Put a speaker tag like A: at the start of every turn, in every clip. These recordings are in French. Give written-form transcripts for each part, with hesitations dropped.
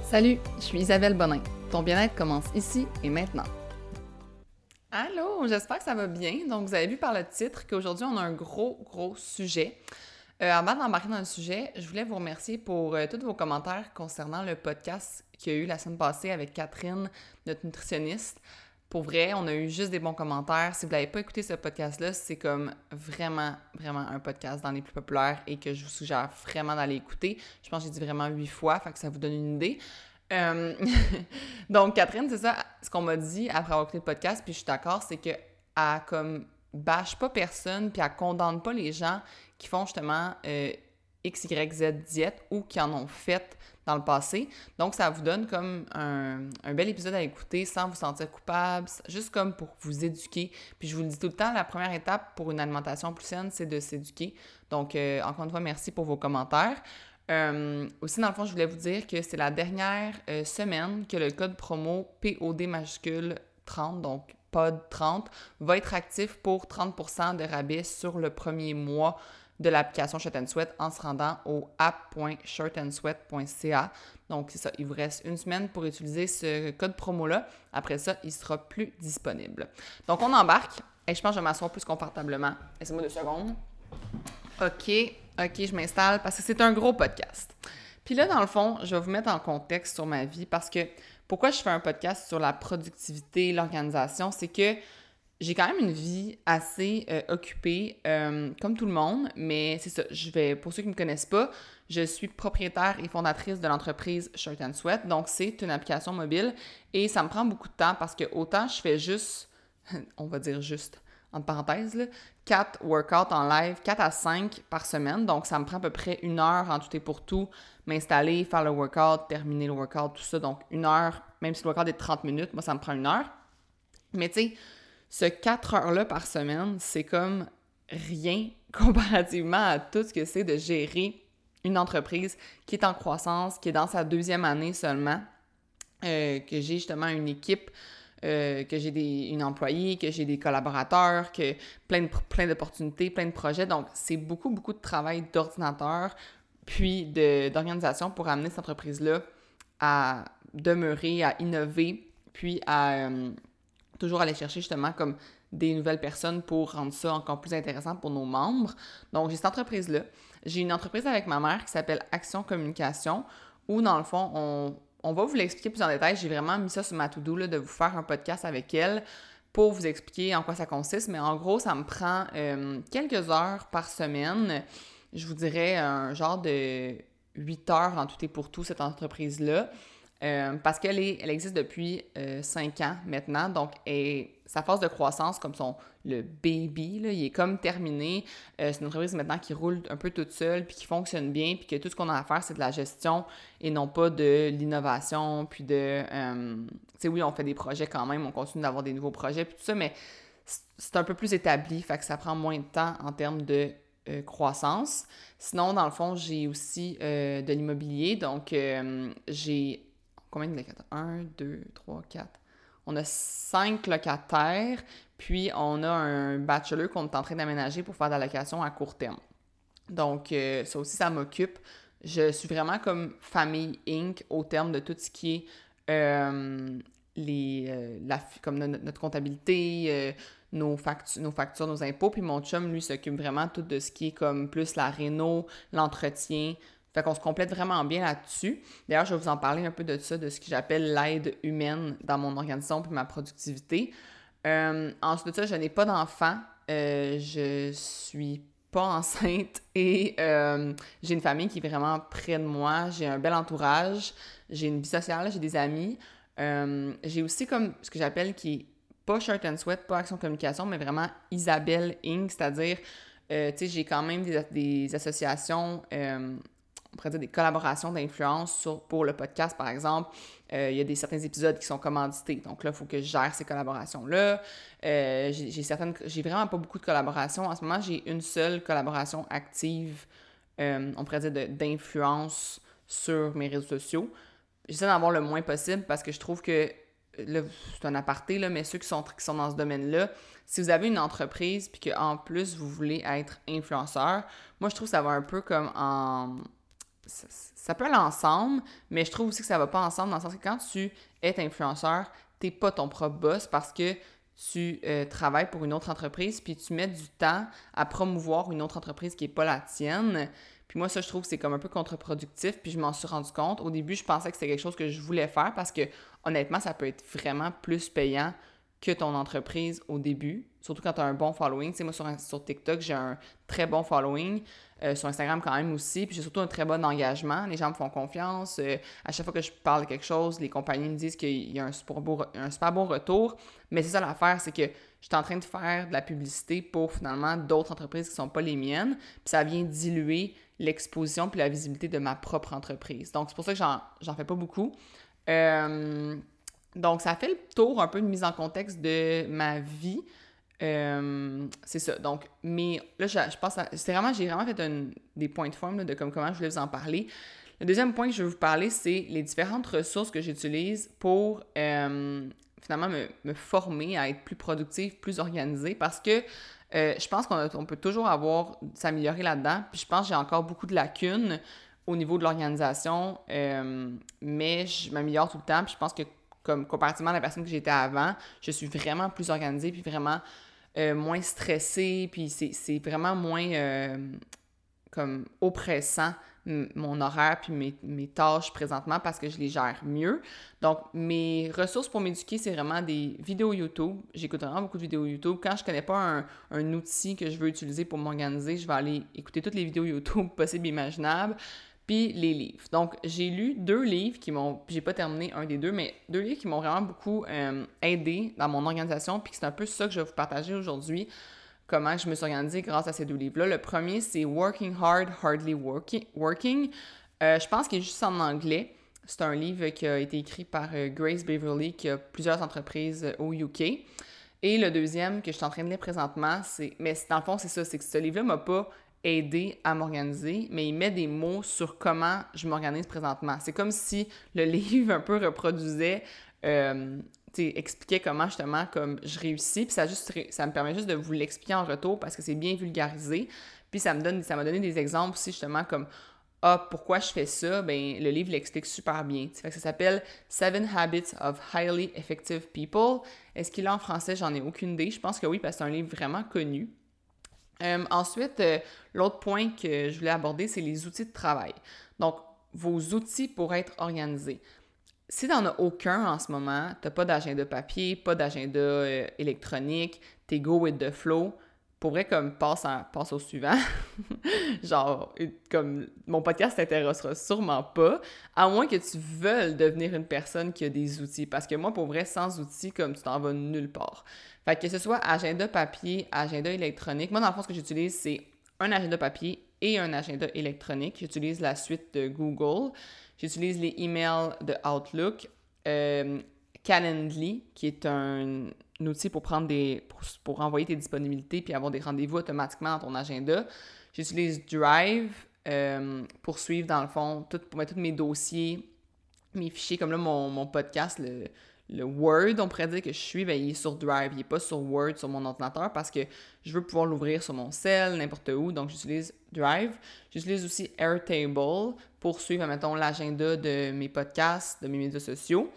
A: Salut, je suis Isabelle Bonin. Ton bien-être commence ici et maintenant. Allô, j'espère que ça va bien. Donc, vous avez vu par le titre qu'aujourd'hui, on a un gros sujet. Avant d'embarquer dans le sujet, je voulais vous remercier pour tous vos commentaires concernant le podcast qu'il y a eu la semaine passée avec Catherine, notre nutritionniste. Pour vrai, on a eu juste des bons commentaires. Si vous n'avez pas écouté ce podcast-là, c'est comme vraiment un podcast dans les plus populaires et que je vous suggère vraiment d'aller écouter. Je pense que j'ai dit vraiment 8 fois, fait que ça vous donne une idée. Euh, Donc, Catherine, c'est ça, ce qu'on m'a dit après avoir écouté le podcast, puis je suis d'accord, c'est qu'elle comme bâche pas personne, puis elle condamne pas les gens qui font justement X, Y, Z diète ou qui en ont fait dans le passé. Donc, ça vous donne comme un bel épisode à écouter sans vous sentir coupable, juste comme pour vous éduquer. Puis je vous le dis tout le temps, la première étape pour une alimentation plus saine, c'est de s'éduquer. Donc, encore une fois, merci pour vos commentaires. Aussi, dans le fond, je voulais vous dire que c'est la dernière semaine que le code promo POD majuscule 30, donc POD 30, va être actif pour 30% de rabais sur le premier mois de l'application Shirt & Sweat en se rendant au app.shirtandsweat.ca. Donc, c'est ça, il vous reste une semaine pour utiliser ce code promo-là. Après ça, il sera plus disponible. Donc, on embarque. Et je pense que je vais m'asseoir plus confortablement. Laissez-moi 2 secondes. OK, je m'installe parce que c'est un gros podcast. Puis là, dans le fond, je vais vous mettre en contexte sur ma vie parce que pourquoi je fais un podcast sur la productivité, l'organisation, c'est que j'ai quand même une vie assez occupée, comme tout le monde, mais c'est ça, pour ceux qui ne me connaissent pas, je suis propriétaire et fondatrice de l'entreprise Shirt & Sweat, donc c'est une application mobile et ça me prend beaucoup de temps parce que autant je fais juste, on va dire juste, entre parenthèses, là, 4 workouts en live, 4 à 5 par semaine, donc ça me prend à peu près 1 heure en tout et pour tout, m'installer, faire le workout, terminer le workout, tout ça, donc 1 heure, même si le workout est de 30 minutes, moi ça me prend 1 heure, mais tu sais, ce 4 heures-là par semaine, c'est comme rien comparativement à tout ce que c'est de gérer une entreprise qui est en croissance, qui est dans sa 2e année seulement, que j'ai justement une équipe, que j'ai une employée, que j'ai des collaborateurs, que plein d'opportunités, plein de projets. Donc, c'est beaucoup de travail d'ordinateur, puis d'organisation pour amener cette entreprise-là à demeurer, à innover, puis à toujours aller chercher justement comme des nouvelles personnes pour rendre ça encore plus intéressant pour nos membres. Donc, j'ai cette entreprise-là. J'ai une entreprise avec ma mère qui s'appelle Action Communication, où dans le fond, on va vous l'expliquer plus en détail. J'ai vraiment mis ça sur ma to-do là, de vous faire un podcast avec elle pour vous expliquer en quoi ça consiste. Mais en gros, ça me prend quelques heures par semaine. Je vous dirais un genre de 8 heures en tout et pour tout, cette entreprise-là. Parce qu'elle existe depuis 5 ans maintenant, donc sa phase de croissance, comme le baby, là, il est comme terminé. C'est une entreprise maintenant qui roule un peu toute seule, puis qui fonctionne bien, puis que tout ce qu'on a à faire, c'est de la gestion et non pas de l'innovation, puis tu sais, oui, on fait des projets quand même, on continue d'avoir des nouveaux projets, puis tout ça, mais c'est un peu plus établi, fait que ça prend moins de temps en termes de croissance. Sinon, dans le fond, j'ai aussi de l'immobilier, donc j'ai combien de locataires? 1, 2, 3, 4. On a 5 locataires, puis on a un bachelor qu'on est en train d'aménager pour faire de la location à court terme. Donc, ça aussi, ça m'occupe. Je suis vraiment comme famille Inc. au terme de tout ce qui est comme notre comptabilité, nos factures, nos impôts. Puis mon chum, lui, s'occupe vraiment tout de ce qui est comme plus la réno, l'entretien. Fait qu'on se complète vraiment bien là-dessus. D'ailleurs, je vais vous en parler un peu de ça, de ce que j'appelle l'aide humaine dans mon organisation puis ma productivité. Ensuite de ça, je n'ai pas d'enfant. Je suis pas enceinte et j'ai une famille qui est vraiment près de moi. J'ai un bel entourage. J'ai une vie sociale, j'ai des amis. J'ai aussi comme ce que j'appelle qui est pas Shirt & Sweat, pas Action Communication, mais vraiment Isabelle Inc., c'est-à-dire, tu sais, j'ai quand même des associations, on pourrait dire des collaborations d'influence pour le podcast, par exemple. Il y a certains épisodes qui sont commandités. Donc là, il faut que je gère ces collaborations-là. J'ai vraiment pas beaucoup de collaborations. En ce moment, j'ai une seule collaboration active, on pourrait dire d'influence sur mes réseaux sociaux. J'essaie d'en avoir le moins possible parce que je trouve que, là, c'est un aparté, là, mais ceux qui sont dans ce domaine-là, si vous avez une entreprise puis qu'en plus, vous voulez être influenceur, moi, je trouve que ça va un peu comme ça peut aller ensemble, mais je trouve aussi que ça va pas ensemble dans le sens que quand tu es influenceur, t'es pas ton propre boss parce que tu travailles pour une autre entreprise puis tu mets du temps à promouvoir une autre entreprise qui est pas la tienne. Puis moi, ça, je trouve que c'est comme un peu contre-productif, puis je m'en suis rendu compte. Au début, je pensais que c'était quelque chose que je voulais faire parce que, honnêtement, ça peut être vraiment plus payant que ton entreprise au début, surtout quand tu as un bon following. Tu sais, moi, sur TikTok, j'ai un très bon following, sur Instagram quand même aussi, puis j'ai surtout un très bon engagement. Les gens me font confiance. À chaque fois que je parle de quelque chose, les compagnies me disent qu'il y a un super beau retour. Mais c'est ça l'affaire, c'est que je suis en train de faire de la publicité pour finalement d'autres entreprises qui ne sont pas les miennes, puis ça vient diluer l'exposition puis la visibilité de ma propre entreprise. Donc, c'est pour ça que j'en fais pas beaucoup. Donc, ça fait le tour un peu de mise en contexte de ma vie. C'est ça. Donc, mais là, je pense à... j'ai vraiment fait des points de forme là, de comment je voulais vous en parler. Le deuxième point que je vais vous parler, c'est les différentes ressources que j'utilise pour finalement me former à être plus productive, plus organisée, parce que je pense qu'on peut toujours s'améliorer là-dedans. Puis je pense que j'ai encore beaucoup de lacunes au niveau de l'organisation, mais je m'améliore tout le temps. Puis je pense que, comme comparativement à la personne que j'étais avant, je suis vraiment plus organisée, puis vraiment moins stressée, puis c'est vraiment moins comme oppressant mon horaire puis mes tâches présentement parce que je les gère mieux. Donc, mes ressources pour m'éduquer, c'est vraiment des vidéos YouTube. J'écoute vraiment beaucoup de vidéos YouTube. Quand je connais pas un outil que je veux utiliser pour m'organiser, je vais aller écouter toutes les vidéos YouTube possibles et imaginables, puis les livres. Donc, j'ai lu 2 livres j'ai pas terminé un des 2, mais 2 livres qui m'ont vraiment beaucoup aidé dans mon organisation, puis c'est un peu ça que je vais vous partager aujourd'hui, comment je me suis organisée grâce à ces 2 livres-là. Le premier, c'est Working Hard, Hardly Working. Je pense qu'il est juste en anglais. C'est un livre qui a été écrit par Grace Beverly, qui a plusieurs entreprises au UK. Et le deuxième, que je suis en train de lire présentement, dans le fond, c'est ça, c'est que ce livre-là m'a pas aidé à m'organiser, mais il met des mots sur comment je m'organise présentement. C'est comme si le livre un peu reproduisait... expliquait comment justement comme je réussis, puis ça me permet juste de vous l'expliquer en retour parce que c'est bien vulgarisé, puis ça m'a donné des exemples aussi justement comme pourquoi je fais ça, ben le livre l'explique super bien. Fait que ça s'appelle Seven Habits of Highly Effective People. Est-ce qu'il est en français? J'en ai aucune idée. Je pense que oui, parce que c'est un livre vraiment connu. Ensuite, l'autre point que je voulais aborder, c'est les outils de travail. Donc, vos outils pour être organisés. Si tu n'en as aucun en ce moment, tu n'as pas d'agenda papier, pas d'agenda électronique, t'es go with the flow, pour vrai, comme, passe au suivant. Genre, comme, mon podcast t'intéressera sûrement pas, à moins que tu veuilles devenir une personne qui a des outils. Parce que moi, pour vrai, sans outils, comme, tu t'en vas nulle part. Fait que ce soit agenda papier, agenda électronique, moi, dans le fond, ce que j'utilise, c'est un agenda papier et un agenda électronique. J'utilise la suite de Google. J'utilise les emails de Outlook, Calendly, qui est un outil pour pour envoyer tes disponibilités puis avoir des rendez-vous automatiquement dans ton agenda. J'utilise Drive pour suivre, dans le fond, pour mettre tous mes dossiers, mes fichiers, comme là, mon podcast, le Word, on pourrait dire que je suis, ben, il est sur Drive, il n'est pas sur Word, sur mon ordinateur, parce que je veux pouvoir l'ouvrir sur mon cell, n'importe où, donc j'utilise Drive. J'utilise aussi Airtable pour suivre, mettons, l'agenda de mes podcasts, de mes médias sociaux.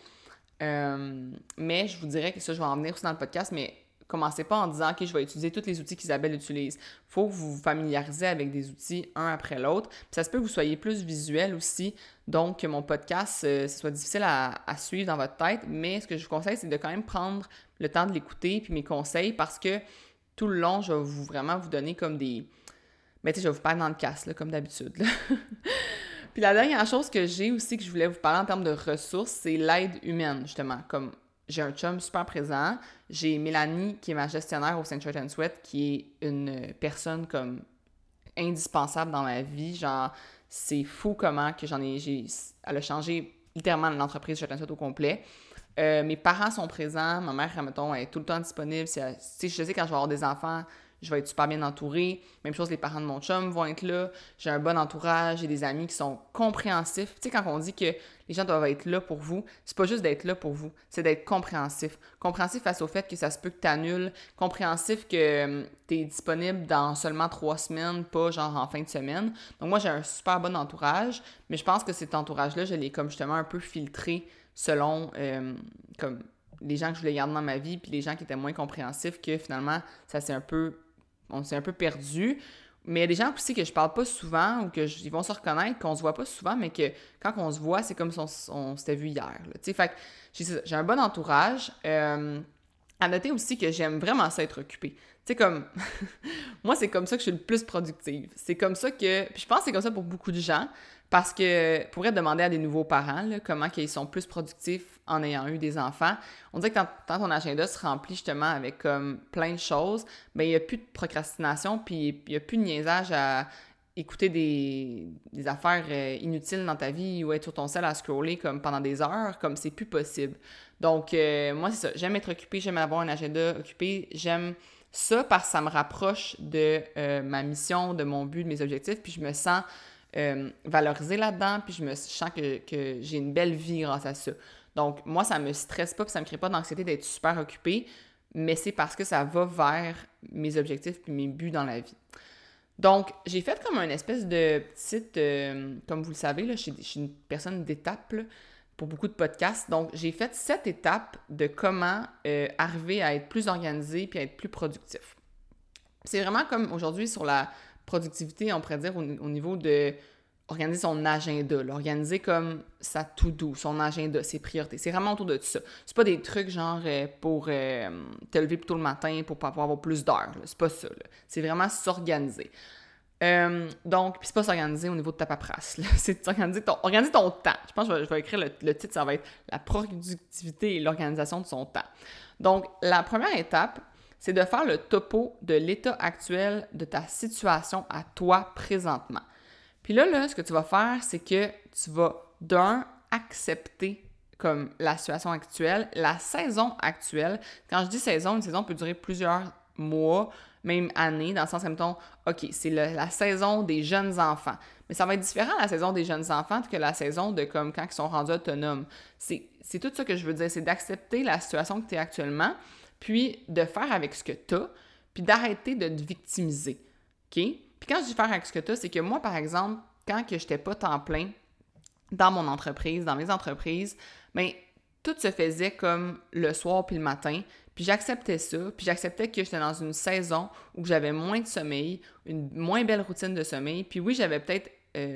A: Mais je vous dirais que ça, je vais en venir aussi dans le podcast, mais commencez pas en disant « OK, je vais utiliser tous les outils qu'Isabelle utilise ». Il faut que vous vous familiarisez avec des outils un après l'autre. Puis ça se peut que vous soyez plus visuel aussi, donc que mon podcast, ce soit difficile à suivre dans votre tête. Mais ce que je vous conseille, c'est de quand même prendre le temps de l'écouter, puis mes conseils, parce que tout le long, je vais vraiment vous donner comme des... Mais tu sais, je vais vous parler dans le casque, là, comme d'habitude. Là. Puis la dernière chose que j'ai aussi, que je voulais vous parler en termes de ressources, c'est l'aide humaine, justement. Comme j'ai un chum super présent, j'ai Mélanie, qui est ma gestionnaire au Saint Shirt & Sweat, qui est une personne comme indispensable dans ma vie. Genre, c'est fou comment que elle a changé littéralement l'entreprise Shirt & Sweat au complet. Mes parents sont présents, ma mère, mettons, elle est tout le temps disponible. Je sais quand je vais avoir des enfants, je vais être super bien entourée. Même chose, les parents de mon chum vont être là. J'ai un bon entourage, j'ai des amis qui sont compréhensifs. Tu sais, quand on dit que les gens doivent être là pour vous, c'est pas juste d'être là pour vous, c'est d'être compréhensif. Compréhensif face au fait que ça se peut que tu annules, compréhensif que tu es disponible dans seulement 3 semaines, pas genre en fin de semaine. Donc moi, j'ai un super bon entourage, mais je pense que cet entourage-là, je l'ai comme justement un peu filtré selon comme les gens que je voulais garder dans ma vie, puis les gens qui étaient moins compréhensifs, que finalement, on s'est un peu perdu. Mais il y a des gens aussi que je parle pas souvent ou ils vont se reconnaître, qu'on se voit pas souvent, mais que quand on se voit, c'est comme si on s'était vu hier. Tu sais, fait que j'ai un bon entourage. À noter aussi que j'aime vraiment ça être occupée. Tu sais, comme, moi, c'est comme ça que je suis le plus productive. C'est comme ça que, puis je pense que c'est comme ça pour beaucoup de gens, parce que pourrait demander à des nouveaux parents, là, comment ils sont plus productifs en ayant eu des enfants. On dirait que quand ton agenda se remplit justement avec comme plein de choses, ben il n'y a plus de procrastination, puis il n'y a plus de niaisage à écouter des affaires inutiles dans ta vie ou être sur ton cell à scroller comme pendant des heures, comme c'est plus possible. Donc, moi, c'est ça. J'aime être occupée, j'aime avoir un agenda occupé, j'aime ça parce que ça me rapproche de ma mission, de mon but, de mes objectifs, puis je me sens valorisée là-dedans, puis je me sens que j'ai une belle vie grâce à ça. Donc, moi, ça me stresse pas, puis ça me crée pas d'anxiété d'être super occupée, mais c'est parce que ça va vers mes objectifs puis mes buts dans la vie. Donc, j'ai fait comme une espèce de petite... comme vous le savez, là, je suis une personne d'étape pour beaucoup de podcasts. Donc, j'ai fait 7 étapes de comment arriver à être plus organisé puis à être plus productif. C'est vraiment comme aujourd'hui sur la productivité, on pourrait dire, au niveau de organiser son agenda, là, organiser comme sa to-do, son agenda, ses priorités. C'est vraiment autour de ça. C'est pas des trucs genre pour te lever plus tôt le matin pour pouvoir avoir plus d'heures. Là. C'est pas ça. Là. C'est vraiment s'organiser. Donc, puis c'est pas s'organiser au niveau de ta paperasse. Là. C'est organiser ton temps. Je pense que je vais écrire le titre, ça va être « La productivité et l'organisation de son temps ». Donc, la première étape, c'est de faire le topo de l'état actuel de ta situation à toi présentement. Puis là, ce que tu vas faire, c'est que tu vas, accepter comme la situation actuelle, la saison actuelle. Quand je dis saison, une saison peut durer plusieurs mois, même années, dans le sens, mettons, OK, c'est la saison des jeunes enfants. Mais ça va être différent, la saison des jeunes enfants, que la saison de comme quand ils sont rendus autonomes. C'est tout ça que je veux dire, c'est d'accepter la situation que tu es actuellement, puis de faire avec ce que tu as, puis d'arrêter de te victimiser. OK? Puis quand je dis faire avec ce que tu as, c'est que moi, par exemple, quand je n'étais pas temps plein dans mon entreprise, dans mes entreprises, bien, tout se faisait comme le soir puis le matin. Puis j'acceptais ça, puis j'acceptais que j'étais dans une saison où j'avais moins de sommeil, une moins belle routine de sommeil. Puis oui, j'avais peut-être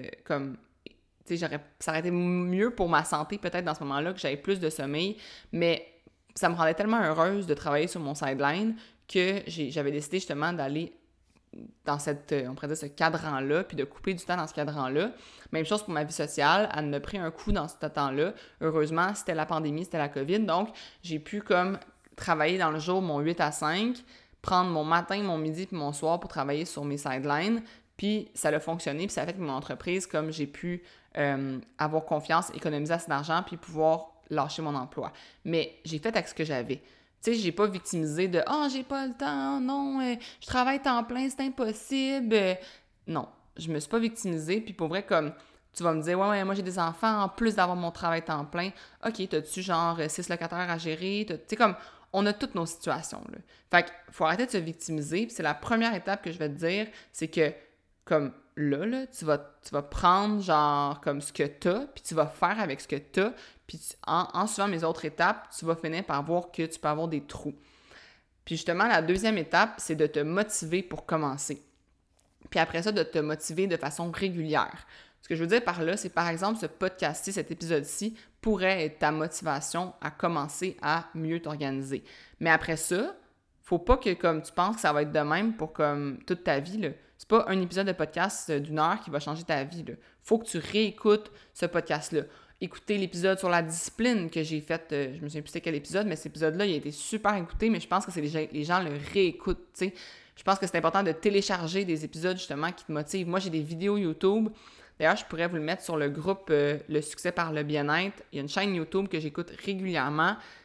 A: tu sais, ça aurait été mieux pour ma santé peut-être dans ce moment-là que j'avais plus de sommeil, mais ça me rendait tellement heureuse de travailler sur mon sideline que j'avais décidé justement d'aller dans on pourrait dire ce cadran-là, puis de couper du temps dans ce cadran-là. Même chose pour ma vie sociale, elle me pris un coup dans ce temps-là. Heureusement, c'était la pandémie, c'était la COVID, donc j'ai pu comme travailler dans le jour mon 8 à 5, prendre mon matin, mon midi puis mon soir pour travailler sur mes sidelines, puis ça a fonctionné, puis ça a fait que mon entreprise, comme j'ai pu avoir confiance, économiser assez d'argent, puis pouvoir lâcher mon emploi. Mais j'ai fait avec ce que j'avais. Tu sais, j'ai pas victimisé de « Ah, j'ai pas le temps, non, je travaille temps plein, c'est impossible. » Non, je me suis pas victimisée, puis pour vrai, comme tu vas me dire « Ouais, moi j'ai des enfants, en plus d'avoir mon travail temps plein, OK, t'as-tu genre 6 locataires à gérer? » Tu sais, comme, on a toutes nos situations, là. Fait qu'il faut arrêter de se victimiser, puis c'est la première étape que je vais te dire, c'est que, comme là, tu vas prendre genre comme ce que t'as, puis tu vas faire avec ce que t'as, puis en suivant mes autres étapes, tu vas finir par voir que tu peux avoir des trous. Puis justement, la deuxième étape, c'est de te motiver pour commencer. Puis après ça, de te motiver de façon régulière. Ce que je veux dire par là, c'est par exemple ce podcast-ci, cet épisode-ci, pourrait être ta motivation à commencer à mieux t'organiser. Mais après ça, faut pas que comme tu penses que ça va être de même pour comme toute ta vie, là. C'est pas un épisode de podcast d'une heure qui va changer ta vie, là. Faut que tu réécoutes ce podcast-là. Écouter l'épisode sur la discipline que j'ai fait, je me souviens plus c'était quel épisode, mais cet épisode-là, il a été super écouté, mais je pense que les gens le réécoutent, tu sais. Je pense que c'est important de télécharger des épisodes, justement, qui te motivent. Moi, j'ai des vidéos YouTube. D'ailleurs, je pourrais vous le mettre sur le groupe Le succès par le bien-être. Il y a une chaîne YouTube que j'écoute régulièrement.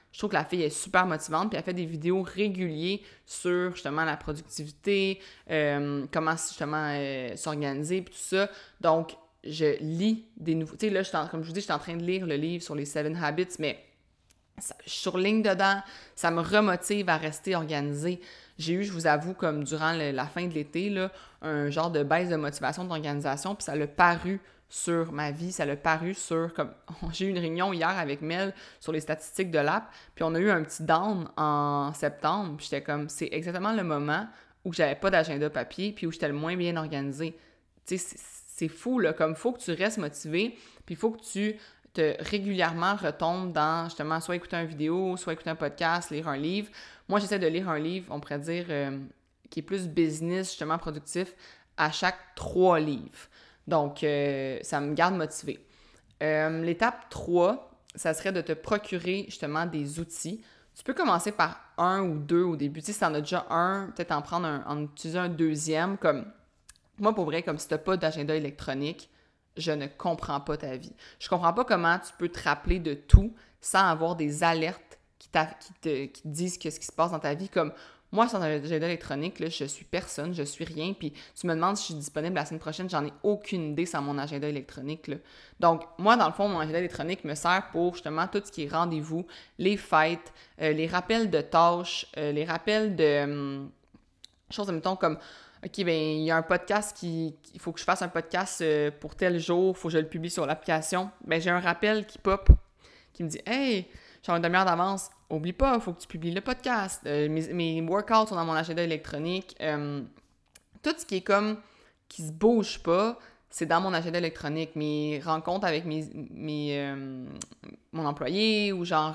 A: je trouve que la fille est super motivante, puis elle fait des vidéos réguliers sur justement la productivité, comment justement s'organiser, puis tout ça. Donc, je lis des nouveaux... Tu sais, là, comme je vous dis, je suis en train de lire le livre sur les 7 Habits, mais je surligne dedans, ça me remotive à rester organisée. J'ai eu, je vous avoue, comme durant la fin de l'été, là, un genre de baisse de motivation d'organisation, puis ça l'a paru sur ma vie, ça l'a paru sur... comme j'ai eu une réunion hier avec Mel sur les statistiques de l'app, puis on a eu un petit down en septembre, puis j'étais comme, c'est exactement le moment où j'avais pas d'agenda papier, puis où j'étais le moins bien organisée. Tu sais, c'est fou, là, comme faut que tu restes motivé, puis il faut que tu régulièrement retombe dans, justement, soit écouter une vidéo, soit écouter un podcast, lire un livre. Moi, j'essaie de lire un livre, on pourrait dire, qui est plus business, justement, productif, à chaque 3 livres. Donc, ça me garde motivée. L'étape 3, ça serait de te procurer, justement, des outils. Tu peux commencer par 1 ou 2 au début. Tu sais, si t'en as déjà un, peut-être en utiliser un deuxième, comme... Moi, pour vrai, comme si t'as pas d'agenda électronique, je ne comprends pas ta vie. Je comprends pas comment tu peux te rappeler de tout sans avoir des alertes qui te disent ce qui se passe dans ta vie. Comme moi, sans agenda électronique, là, je suis personne, je suis rien. Puis tu me demandes si je suis disponible la semaine prochaine, j'en ai aucune idée sans mon agenda électronique, là. Donc, moi, dans le fond, mon agenda électronique me sert pour justement tout ce qui est rendez-vous, les fêtes, les rappels de tâches, les rappels de choses, mettons, comme OK, ben il y a un podcast il faut que je fasse un podcast pour tel jour, il faut que je le publie sur l'application. Ben j'ai un rappel qui pop, qui me dit « Hey, j'ai une demi-heure d'avance, oublie pas, il faut que tu publies le podcast. Mes workouts sont dans mon agenda électronique. Tout ce qui est comme, qui se bouge pas, c'est dans mon agenda électronique. Mes rencontres avec mon employé ou genre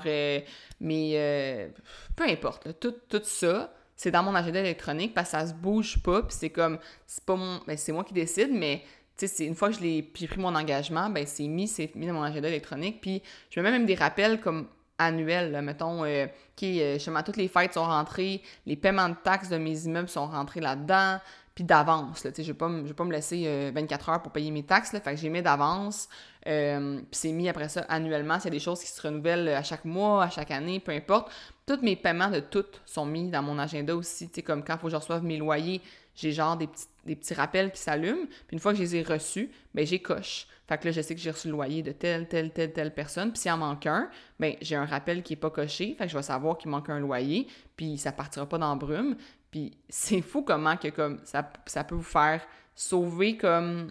A: peu importe, là, tout ça, c'est dans mon agenda électronique parce que ça se bouge pas, puis c'est comme, c'est pas mon, ben c'est moi qui décide, mais tu sais, une fois que j'ai pris mon engagement, ben c'est mis dans mon agenda électronique, puis je mets même des rappels comme annuels, là, mettons, justement, toutes les fêtes sont rentrées, les paiements de taxes de mes immeubles sont rentrés là-dedans, puis d'avance, là, tu sais, je vais pas me laisser 24 heures pour payer mes taxes, là, fait que j'ai mis d'avance, puis c'est mis après ça annuellement, s'il y a des choses qui se renouvellent à chaque mois, à chaque année, peu importe. Tous mes paiements de tout sont mis dans mon agenda aussi, tu sais, comme quand il faut que je reçoive mes loyers, j'ai genre des petits rappels qui s'allument, puis une fois que je les ai reçus, ben j'ai coche. Fait que là, je sais que j'ai reçu le loyer de telle personne, puis s'il en manque un, ben j'ai un rappel qui est pas coché, fait que je vais savoir qu'il manque un loyer, puis ça partira pas dans la brume. Puis c'est fou comment que comme ça peut vous faire sauver comme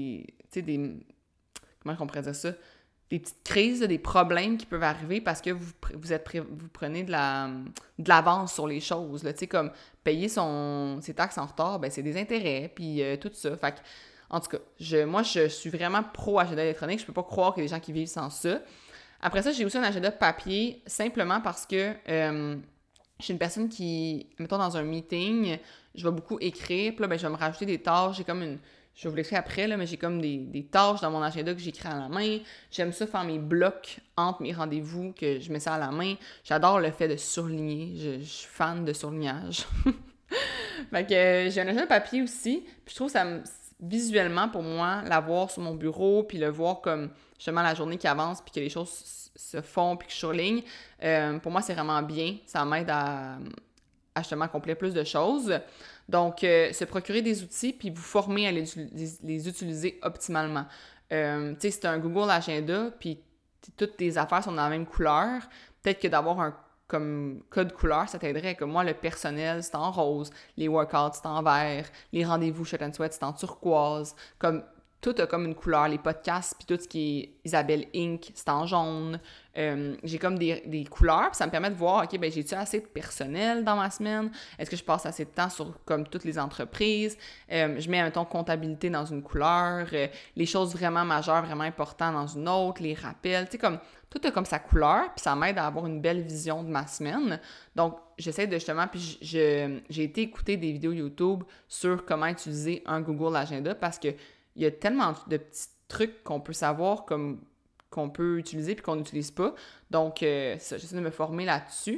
A: comment on pourrait dire ça? Des petites crises, des problèmes qui peuvent arriver parce que vous prenez de l'avance sur les choses. Tu sais, comme payer ses taxes en retard, ben c'est des intérêts, puis tout ça. Fait que, en tout cas, moi, je suis vraiment pro-agenda électronique. Je peux pas croire qu'il y a des gens qui vivent sans ça. Après ça, j'ai aussi un agenda papier, simplement parce que je suis une personne qui, mettons, dans un meeting, je vais beaucoup écrire, puis là, ben, je vais me rajouter des tâches. J'ai comme je vais vous l'écrire après, là, mais j'ai comme des tâches dans mon agenda que j'écris à la main. J'aime ça faire mes blocs entre mes rendez-vous, que je mets ça à la main. J'adore le fait de surligner. Je suis fan de surlignage. Fait que j'ai un agenda papier aussi. Puis je trouve ça visuellement, pour moi, l'avoir sur mon bureau, puis le voir comme justement la journée qui avance, puis que les choses se font, puis que je surligne, pour moi, c'est vraiment bien. Ça m'aide à justement accomplir plus de choses. Donc, se procurer des outils puis vous former à les utiliser optimalement. Tu sais, si tu as un Google Agenda puis toutes tes affaires sont dans la même couleur, peut-être que d'avoir un comme code couleur, ça t'aiderait. Comme moi, le personnel, c'est en rose, les workouts, c'est en vert, les rendez-vous Shut and Sweat, c'est en turquoise. Comme tout a comme une couleur, les podcasts, puis tout ce qui est Isabelle Inc., c'est en jaune. J'ai comme des couleurs, puis ça me permet de voir, OK, ben j'ai-tu assez de personnel dans ma semaine? Est-ce que je passe assez de temps sur comme toutes les entreprises? Je mets, mettons, comptabilité dans une couleur, les choses vraiment majeures, vraiment importantes dans une autre, les rappels, tu sais, comme tout a comme sa couleur, puis ça m'aide à avoir une belle vision de ma semaine. Donc, j'essaie de justement, puis j'ai été écouter des vidéos YouTube sur comment utiliser un Google Agenda parce que il y a tellement de petits trucs qu'on peut savoir comme qu'on peut utiliser puis qu'on n'utilise pas. Donc, j'essaie de me former là-dessus.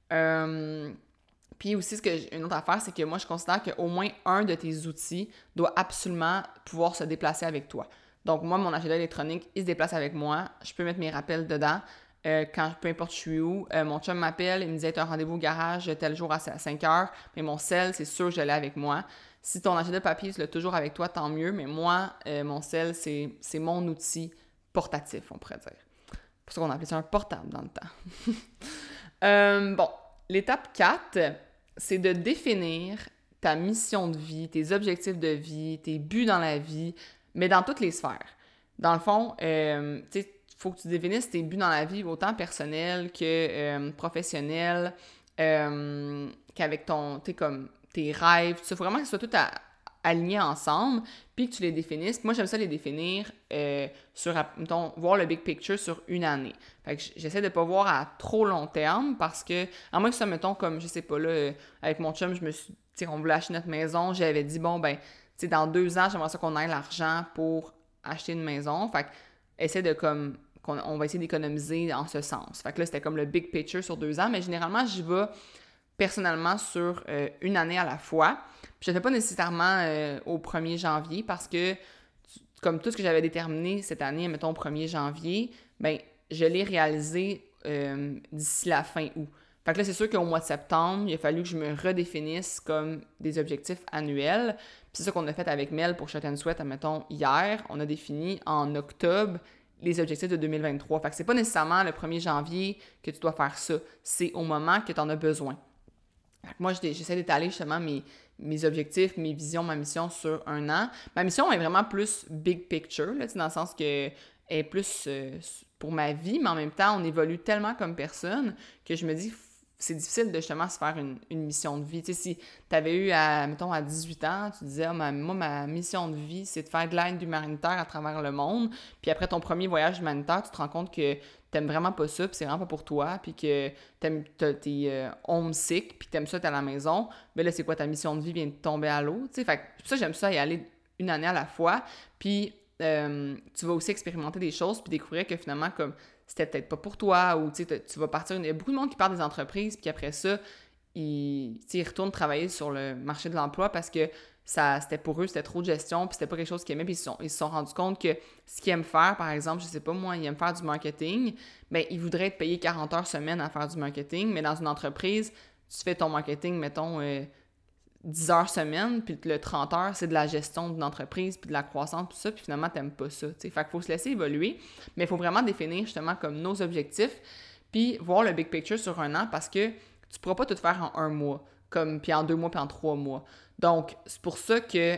A: Puis aussi, une autre affaire, c'est que moi, je considère qu'au moins un de tes outils doit absolument pouvoir se déplacer avec toi. Donc, moi, mon agenda électronique, il se déplace avec moi. Je peux mettre mes rappels dedans. peu importe je suis où. Mon chum m'appelle, il me dit « T'as un rendez-vous au garage tel jour à 5 heures. » Mais mon cell, c'est sûr que je l'ai avec moi. Si ton agenda papier, tu l'as toujours avec toi, tant mieux. Mais moi, mon cell, c'est mon outil portatif, on pourrait dire. C'est pour ça qu'on appelait ça un portable dans le temps. Bon, l'étape 4, c'est de définir ta mission de vie, tes objectifs de vie, tes buts dans la vie, mais dans toutes les sphères. Dans le fond, tu sais, il faut que tu définisses tes buts dans la vie, autant personnels que professionnels, qu'avec tes rêves, tout ça. Il faut vraiment que ce soit tout aligné ensemble, puis que tu les définisses. Moi, j'aime ça les définir mettons, voir le big picture sur une année. Fait que j'essaie de pas voir à trop long terme parce que, à moins que ça, mettons, comme, je sais pas, là, avec mon chum, on voulait acheter notre maison, j'avais dit, bon, ben, tu sais, dans 2 ans, j'aimerais ça qu'on ait l'argent pour acheter une maison. Fait que, essaie de, comme, on va essayer d'économiser en ce sens. Fait que là, c'était comme le big picture sur 2 ans, mais généralement, j'y vais personnellement sur une année à la fois. Puis je ne le fais pas nécessairement au 1er janvier parce que, comme tout ce que j'avais déterminé cette année, mettons au 1er janvier, ben je l'ai réalisé d'ici la fin août. Fait que là, c'est sûr qu'au mois de septembre, il a fallu que je me redéfinisse comme des objectifs annuels. Puis c'est ça qu'on a fait avec Mel pour Shot & Sweat, admettons, hier. On a défini en octobre les objectifs de 2023. Fait que c'est pas nécessairement le 1er janvier que tu dois faire ça. C'est au moment que tu en as besoin. Moi, j'essaie d'étaler justement mes objectifs, mes visions, ma mission sur un an. Ma mission est vraiment plus big picture, là, dans le sens que elle est plus pour ma vie, mais en même temps, on évolue tellement comme personne que je me dis c'est difficile de justement se faire une mission de vie. Tu sais, si tu avais eu, mettons, à 18 ans, tu disais moi, ma mission de vie, c'est de faire de l'aide humanitaire à travers le monde. Puis après ton premier voyage humanitaire, tu te rends compte que t'aimes vraiment pas ça, puis c'est vraiment pas pour toi, puis que t'es homesick, puis t'aimes ça, t'es à la maison, mais là, c'est quoi, ta mission de vie vient de tomber à l'eau, tu sais, fait que c'est pour ça que j'aime ça y aller une année à la fois, puis tu vas aussi expérimenter des choses, puis découvrir que finalement, comme, c'était peut-être pas pour toi, ou tu sais, tu vas partir, il y a beaucoup de monde qui part des entreprises, puis après ça, ils retournent travailler sur le marché de l'emploi parce que c'était pour eux, c'était trop de gestion, puis c'était pas quelque chose qu'ils aimaient, puis ils se sont rendus compte que ce qu'ils aiment faire, par exemple, je sais pas moi, ils aiment faire du marketing, bien, ils voudraient être payés 40 heures semaine à faire du marketing, mais dans une entreprise, tu fais ton marketing, mettons, 10 heures semaine, puis le 30 heures, c'est de la gestion d'une entreprise, puis de la croissance, tout ça, puis finalement, t'aimes pas ça, tu sais. Fait qu'il faut se laisser évoluer, mais il faut vraiment définir justement comme nos objectifs, puis voir le big picture sur un an, parce que tu pourras pas tout faire en 1 mois, puis en 2 mois, puis en 3 mois. Donc, c'est pour ça que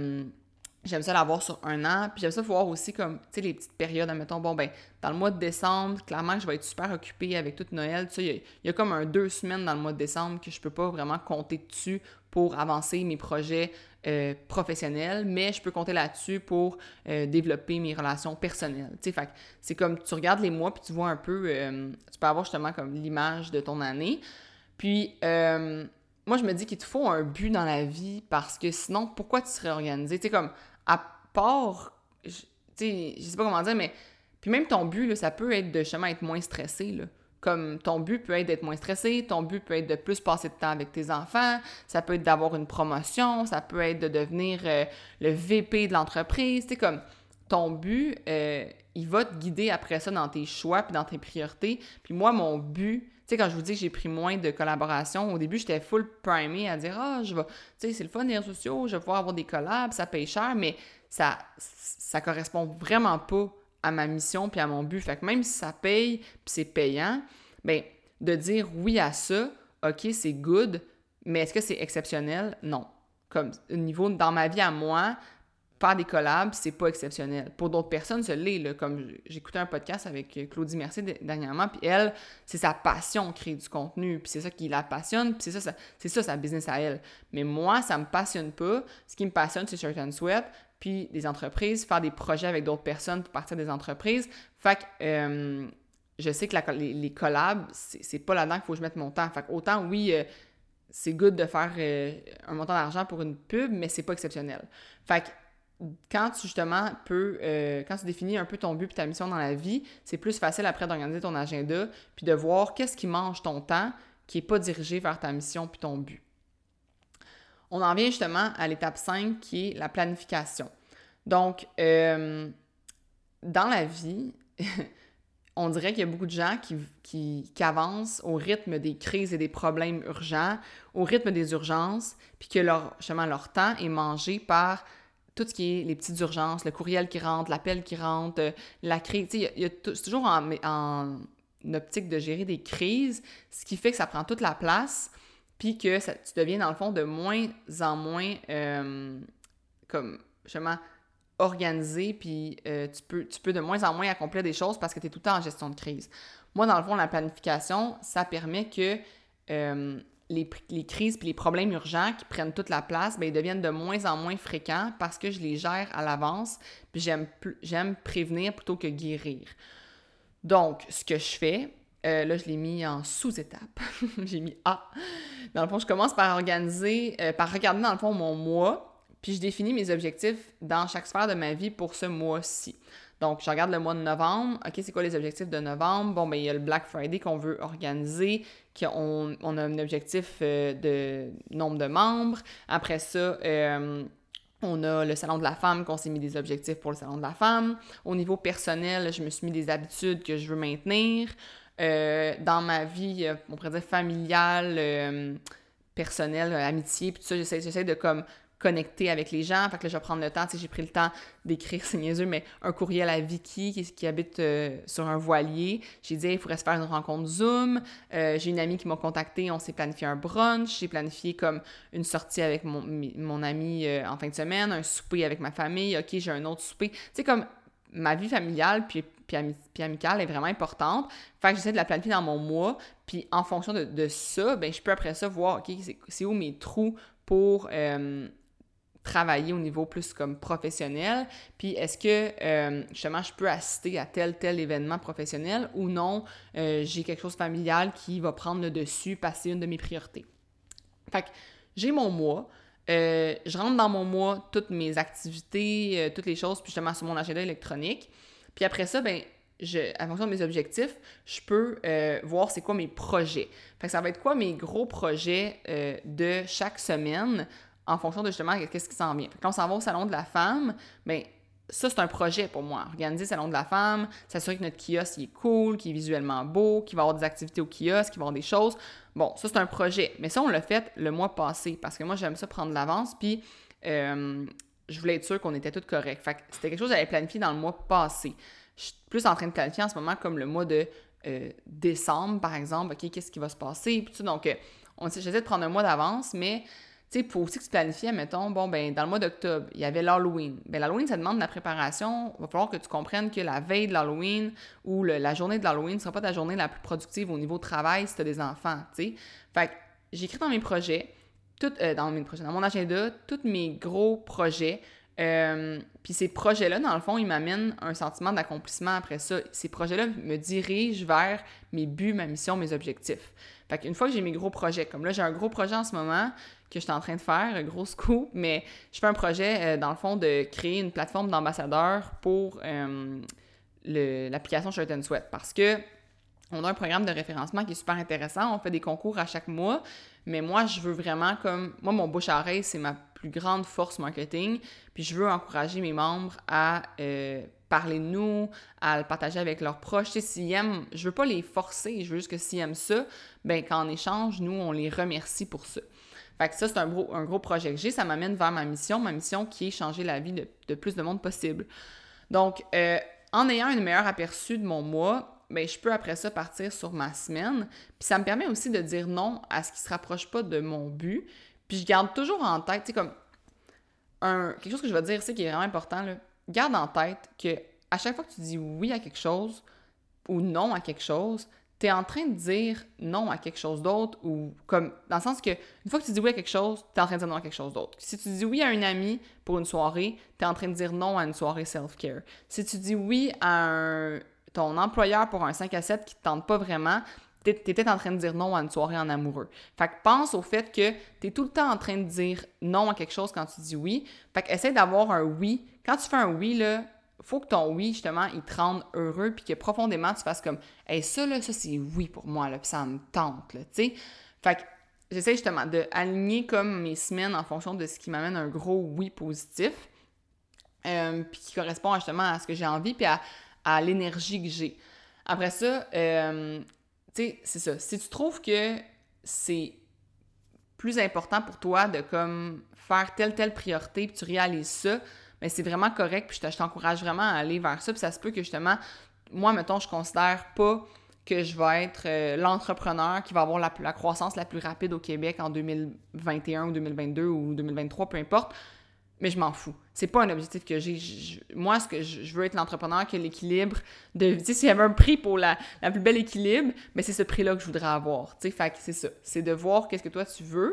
A: j'aime ça l'avoir sur un an. Puis j'aime ça voir aussi comme, tu sais, les petites périodes, admettons, bon, ben, dans le mois de décembre, clairement que je vais être super occupée avec toute Noël. Tu sais, il y a comme 2 semaines dans le mois de décembre que je peux pas vraiment compter dessus pour avancer mes projets professionnels, mais je peux compter là-dessus pour développer mes relations personnelles. Tu sais, fait que c'est comme, tu regardes les mois, puis tu vois un peu, tu peux avoir justement comme l'image de ton année. Puis, moi, je me dis qu'il te faut un but dans la vie parce que sinon, pourquoi tu serais organisé? Tu sais, comme, à part, tu sais, je sais pas comment dire, mais, puis même ton but, là, ça peut être de justement être moins stressé, là. Comme ton but peut être d'être moins stressé, ton but peut être de plus passer de temps avec tes enfants, ça peut être d'avoir une promotion, ça peut être de devenir le VP de l'entreprise. Tu sais, comme, ton but, il va te guider après ça dans tes choix puis dans tes priorités. Puis moi, mon but, tu sais, quand je vous dis que j'ai pris moins de collaborations, au début, j'étais full primée à dire « Ah, tu sais, c'est le fun des réseaux sociaux, je vais pouvoir avoir des collabs, ça paye cher, mais ça correspond vraiment pas à ma mission puis à mon but. » Fait que même si ça paye puis c'est payant, ben de dire oui à ça, OK, c'est good, mais est-ce que c'est exceptionnel? Non. Comme, au niveau, dans ma vie à moi, faire des collabs, c'est pas exceptionnel. Pour d'autres personnes, ça l'est, là. Comme j'écoutais un podcast avec Claudie Mercier dernièrement, puis elle, c'est sa passion, créer du contenu, puis c'est ça qui la passionne, puis c'est ça sa business à elle. Mais moi, ça me passionne pas. Ce qui me passionne, c'est Shot & Sweat, puis des entreprises, faire des projets avec d'autres personnes pour partir des entreprises. Fait que je sais que les collabs, c'est pas là-dedans qu'il faut que je mette mon temps. Fait que autant, oui, c'est good de faire un montant d'argent pour une pub, mais c'est pas exceptionnel. Fait que quand tu justement quand tu définis un peu ton but et ta mission dans la vie, c'est plus facile après d'organiser ton agenda puis de voir qu'est-ce qui mange ton temps qui n'est pas dirigé vers ta mission puis ton but. On en vient justement à l'étape 5 qui est la planification. Donc, dans la vie, on dirait qu'il y a beaucoup de gens qui avancent au rythme des crises et des problèmes urgents, au rythme des urgences, puis que justement leur temps est mangé par tout ce qui est les petites urgences, le courriel qui rentre, l'appel qui rentre, la crise. Tu sais, c'est toujours en optique de gérer des crises, ce qui fait que ça prend toute la place, puis que tu deviens, dans le fond, de moins en moins, comme, justement, organisé, puis tu peux de moins en moins accomplir des choses parce que tu es tout le temps en gestion de crise. Moi, dans le fond, la planification, ça permet que les crises puis les problèmes urgents qui prennent toute la place, bien, ils deviennent de moins en moins fréquents parce que je les gère à l'avance, puis j'aime prévenir plutôt que guérir. Donc, ce que je fais, là, je l'ai mis en sous-étape. J'ai mis A. Dans le fond, je commence par regarder, dans le fond, mon mois, puis je définis mes objectifs dans chaque sphère de ma vie pour ce mois-ci. Donc, je regarde le mois de novembre. OK, c'est quoi les objectifs de novembre? Bon, bien, il y a le Black Friday qu'on veut organiser, on a un objectif de nombre de membres. Après ça, on a le Salon de la femme, qu'on s'est mis des objectifs pour le Salon de la femme. Au niveau personnel, je me suis mis des habitudes que je veux maintenir. Dans ma vie, on pourrait dire familiale, personnelle, amitié, puis tout ça, j'essaie de comme connecter avec les gens. Fait que là, je vais prendre le temps. Tu sais, j'ai pris le temps d'écrire, c'est niaiseux, mais un courriel à Vicky qui habite sur un voilier. J'ai dit, il faudrait se faire une rencontre Zoom. J'ai une amie qui m'a contactée. On s'est planifié un brunch. J'ai planifié comme une sortie avec mon ami en fin de semaine, un souper avec ma famille. OK, j'ai un autre souper. Tu sais, comme ma vie familiale puis amicale est vraiment importante. Fait que j'essaie de la planifier dans mon mois. Puis en fonction de ça, ben je peux après ça voir, OK, c'est où mes trous pour travailler au niveau plus comme professionnel, puis est-ce que, justement, je peux assister à tel événement professionnel ou non, j'ai quelque chose de familial qui va prendre le dessus parce que c'est une de mes priorités. Fait que j'ai mon mois, je rentre dans mon mois toutes mes activités, toutes les choses, puis justement sur mon agenda électronique, puis après ça, ben en fonction de mes objectifs, je peux voir c'est quoi mes projets. Fait que ça va être quoi mes gros projets de chaque semaine en fonction de justement qu'est-ce qui s'en vient. Quand on s'en va au Salon de la femme, bien, ça, c'est un projet pour moi. Organiser le Salon de la femme, s'assurer que notre kiosque il est cool, qu'il est visuellement beau, qu'il va y avoir des activités au kiosque, qu'il va y avoir des choses. Bon, ça, c'est un projet. Mais ça, on l'a fait le mois passé parce que moi, j'aime ça prendre de l'avance, puis je voulais être sûre qu'on était tous corrects. Fait que c'était quelque chose que j'avais planifié dans le mois passé. Je suis plus en train de planifier en ce moment comme le mois de décembre, par exemple. OK, qu'est-ce qui va se passer? Puis tout, donc, j'essaie de prendre un mois d'avance, mais tu sais, il faut aussi que tu planifies, mettons, bon, ben dans le mois d'octobre, il y avait l'Halloween. Ben l'Halloween, ça demande de la préparation. Il va falloir que tu comprennes que la veille de l'Halloween ou la journée de l'Halloween ne sera pas ta journée la plus productive au niveau travail si tu as des enfants, tu sais. Fait que j'écris dans mes projets, dans mon agenda, tous mes gros projets. Puis ces projets-là, dans le fond, ils m'amènent un sentiment d'accomplissement après ça. Ces projets-là me dirigent vers mes buts, ma mission, mes objectifs. Fait qu'une fois que j'ai mes gros projets, comme là, j'ai un gros projet en ce moment que je suis en train de faire, un gros scoop, mais je fais un projet, dans le fond, de créer une plateforme d'ambassadeurs pour l'application Shirt & Sweat parce que on a un programme de référencement qui est super intéressant. On fait des concours à chaque mois, mais moi, je veux vraiment moi, mon bouche-à-oreille, c'est ma plus grande force marketing, puis je veux encourager mes membres à parler de nous, à le partager avec leurs proches. Tu sais, s'ils aiment, je veux pas les forcer, je veux juste que s'ils aiment ça, ben qu'en échange, nous, on les remercie pour ça. Fait que ça, c'est un gros projet que j'ai. Ça m'amène vers ma mission qui est changer la vie de plus de monde possible. Donc, en ayant un meilleur aperçu de mon mois, ben, je peux après ça partir sur ma semaine. Puis ça me permet aussi de dire non à ce qui se rapproche pas de mon but. Puis je garde toujours en tête, tu sais, comme quelque chose que je vais dire, c'est qui est vraiment important, là. Garde en tête que à chaque fois que tu dis oui à quelque chose ou non à quelque chose, tu es en train de dire non à quelque chose d'autre ou comme dans le sens que une fois que tu dis oui à quelque chose, tu es en train de dire non à quelque chose d'autre. Si tu dis oui à une amie pour une soirée, tu es en train de dire non à une soirée self-care. Si tu dis oui à ton employeur pour un 5 à 7 qui te tente pas vraiment, t'es peut-être en train de dire non à une soirée en amoureux. Fait que pense au fait que t'es tout le temps en train de dire non à quelque chose quand tu dis oui. Fait que essaie d'avoir un oui. Quand tu fais un oui, là, faut que ton oui, justement, il te rende heureux puis que profondément, tu fasses comme « Hey, ça, là, ça, c'est oui pour moi, là, puis ça me tente, là, tu sais. » Fait que j'essaie justement d'aligner comme mes semaines en fonction de ce qui m'amène un gros oui positif puis qui correspond justement à ce que j'ai envie puis à l'énergie que j'ai. Après ça, tu sais, c'est ça. Si tu trouves que c'est plus important pour toi de comme faire telle priorité puis tu réalises ça, mais c'est vraiment correct puis je t'encourage vraiment à aller vers ça puis ça se peut que justement, moi, mettons, je considère pas que je vais être l'entrepreneur qui va avoir la croissance la plus rapide au Québec en 2021 ou 2022 ou 2023, peu importe, mais je m'en fous. C'est pas un objectif que j'ai. Moi, ce que je veux être l'entrepreneur qui a l'équilibre de... Tu sais, s'il y avait un prix pour la plus belle équilibre, mais c'est ce prix-là que je voudrais avoir. Tu sais, fait que c'est ça. C'est de voir qu'est-ce que toi, tu veux.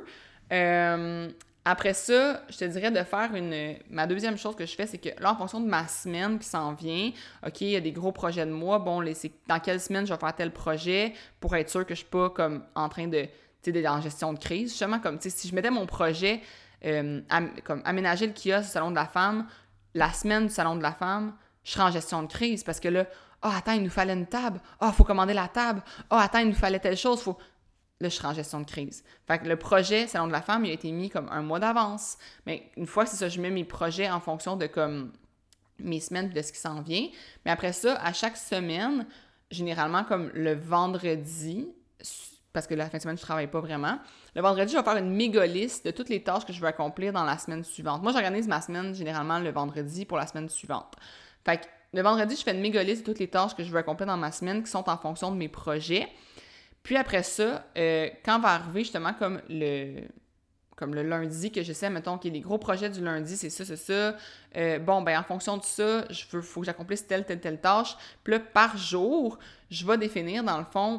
A: Après ça, je te dirais de faire ma deuxième chose que je fais, c'est que là, en fonction de ma semaine qui s'en vient, OK, il y a des gros projets de moi, bon, c'est dans quelle semaine je vais faire tel projet pour être sûr que je suis pas comme en train de... Tu sais, d'être en gestion de crise. Justement, comme, tu sais, si je mettais mon projet... comme aménager le kiosque du Salon de la Femme, la semaine du Salon de la Femme, je serais en gestion de crise parce que là, attends, il nous fallait une table. Faut commander la table. Attends, il nous fallait telle chose. Là, je serais en gestion de crise. Fait que le projet Salon de la Femme, il a été mis comme un mois d'avance. Mais une fois que c'est ça, je mets mes projets en fonction de comme mes semaines et de ce qui s'en vient. Mais après ça, à chaque semaine, généralement comme le vendredi, parce que la fin de semaine, je travaille pas vraiment. Le vendredi, je vais faire une méga liste de toutes les tâches que je veux accomplir dans la semaine suivante. Moi, j'organise ma semaine généralement le vendredi pour la semaine suivante. Fait que le vendredi, je fais une méga liste de toutes les tâches que je veux accomplir dans ma semaine qui sont en fonction de mes projets. Puis après ça, quand va arriver justement comme le lundi que je sais, mettons, OK, les gros projets du lundi, c'est ça. En fonction de ça, faut que j'accomplisse telle tâche. Puis là, par jour, je vais définir, dans le fond,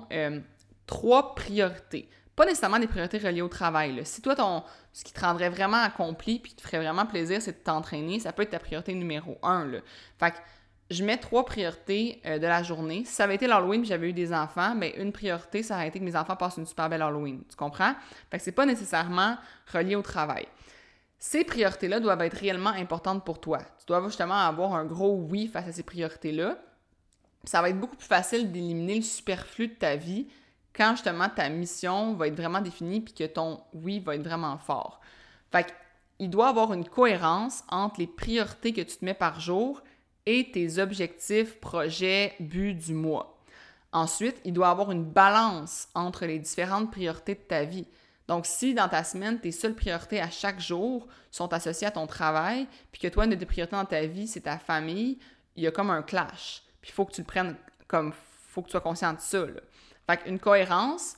A: 3 priorités. Pas nécessairement des priorités reliées au travail, là. Si toi, ce qui te rendrait vraiment accompli puis qui te ferait vraiment plaisir, c'est de t'entraîner, ça peut être ta priorité numéro 1, là. Fait que je mets 3 priorités de la journée. Si ça avait été l'Halloween et j'avais eu des enfants, bien, une priorité, ça aurait été que mes enfants passent une super belle Halloween. Tu comprends? Fait que c'est pas nécessairement relié au travail. Ces priorités-là doivent être réellement importantes pour toi. Tu dois justement avoir un gros oui face à ces priorités-là. Ça va être beaucoup plus facile d'éliminer le superflu de ta vie quand justement ta mission va être vraiment définie puis que ton oui va être vraiment fort. Fait qu'il doit y avoir une cohérence entre les priorités que tu te mets par jour et tes objectifs, projets, buts du mois. Ensuite, il doit y avoir une balance entre les différentes priorités de ta vie. Donc, si dans ta semaine, tes seules priorités à chaque jour sont associées à ton travail, puis que toi, une de tes priorités dans ta vie, c'est ta famille, il y a comme un clash. Puis il faut que tu le prennes comme... faut que tu sois conscient de ça, là. Fait qu'une cohérence,